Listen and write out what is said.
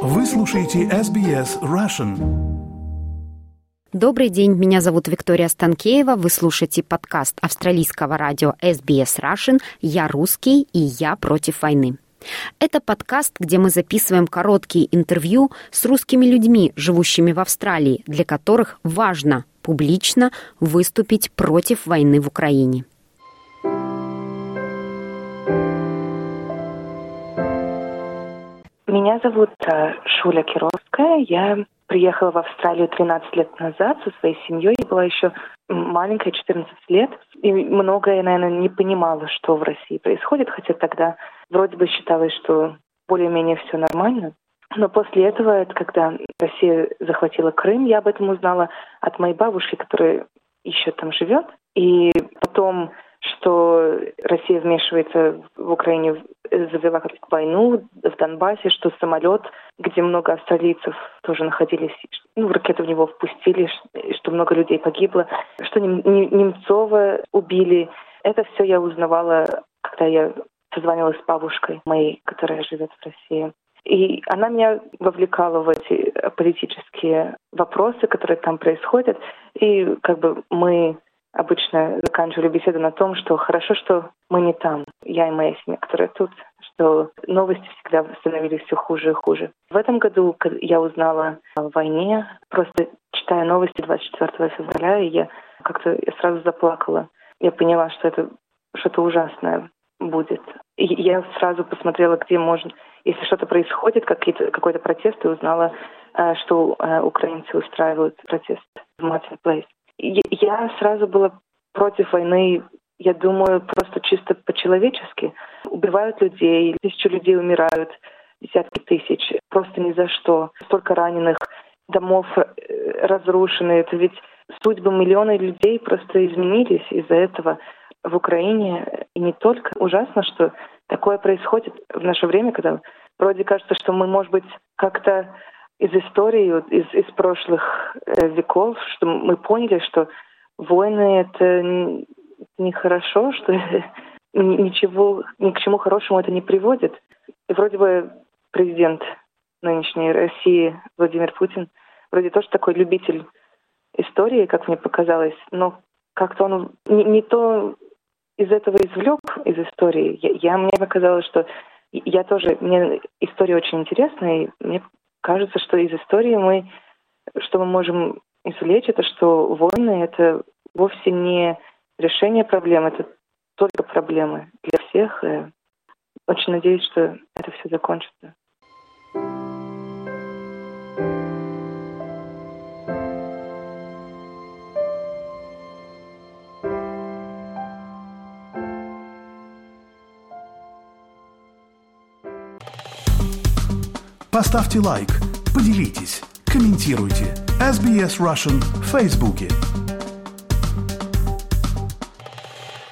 Вы слушаете SBS Russian. Добрый день, меня зовут Виктория Станкеева. Вы слушаете подкаст австралийского радио SBS Russian «Я русский и я против войны». Это подкаст, где мы записываем короткие интервью с русскими людьми, живущими в Австралии, для которых важно публично выступить против войны в Украине. Меня зовут Шуля Кировская. Я приехала в Австралию 13 лет назад со своей семьей. Я была еще маленькая, 14 лет. И многое, наверное, не понимала, что в России происходит, хотя тогда вроде бы считалось, что более-менее все нормально. Но после этого, когда Россия захватила Крым, я об этом узнала от моей бабушки, которая еще там живет. И потом, что Россия вмешивается в Украине, завела как-то войну в Донбассе, что самолет, где много австралийцев тоже находились, ракету в него впустили, что много людей погибло, что Немцова убили. Это все я узнавала, когда я созванивалась с бабушкой моей, которая живет в России. И она меня вовлекала в эти политические вопросы, которые там происходят. И мы обычно заканчивали беседу на том, что хорошо, что мы не там, я и моя семья, которая тут, что новости всегда становились все хуже и хуже. В этом году я узнала о войне, просто читая новости 24 февраля, и я сразу заплакала. Я поняла, что это что-то ужасное будет. И я сразу посмотрела, где можно, если что-то происходит, какой-то протест, и узнала, что украинцы устраивают протест в Мартин Плейс. Я сразу была против войны, я думаю, просто чисто по-человечески. Убивают людей, 1000 людей умирают, десятки тысяч, просто ни за что. Столько раненых, домов разрушены. Это ведь судьбы миллионов людей просто изменились из-за этого в Украине. И не только. Ужасно, что такое происходит в наше время, когда вроде кажется, что мы, может быть, как-то из истории, из прошлых веков, что мы поняли, что войны — это нехорошо, что ни к чему хорошему это не приводит. И вроде бы президент нынешней России Владимир Путин вроде тоже такой любитель истории, как мне показалось, но как-то он не то из этого извлек, из истории. Мне показалось, что мне история очень интересна, и мне кажется, что из истории что мы можем извлечь, это что войны — это вовсе не решение проблем, это только проблемы для всех. И очень надеюсь, что это все закончится. Поставьте лайк, поделитесь, комментируйте. SBS Russian в Фейсбуке.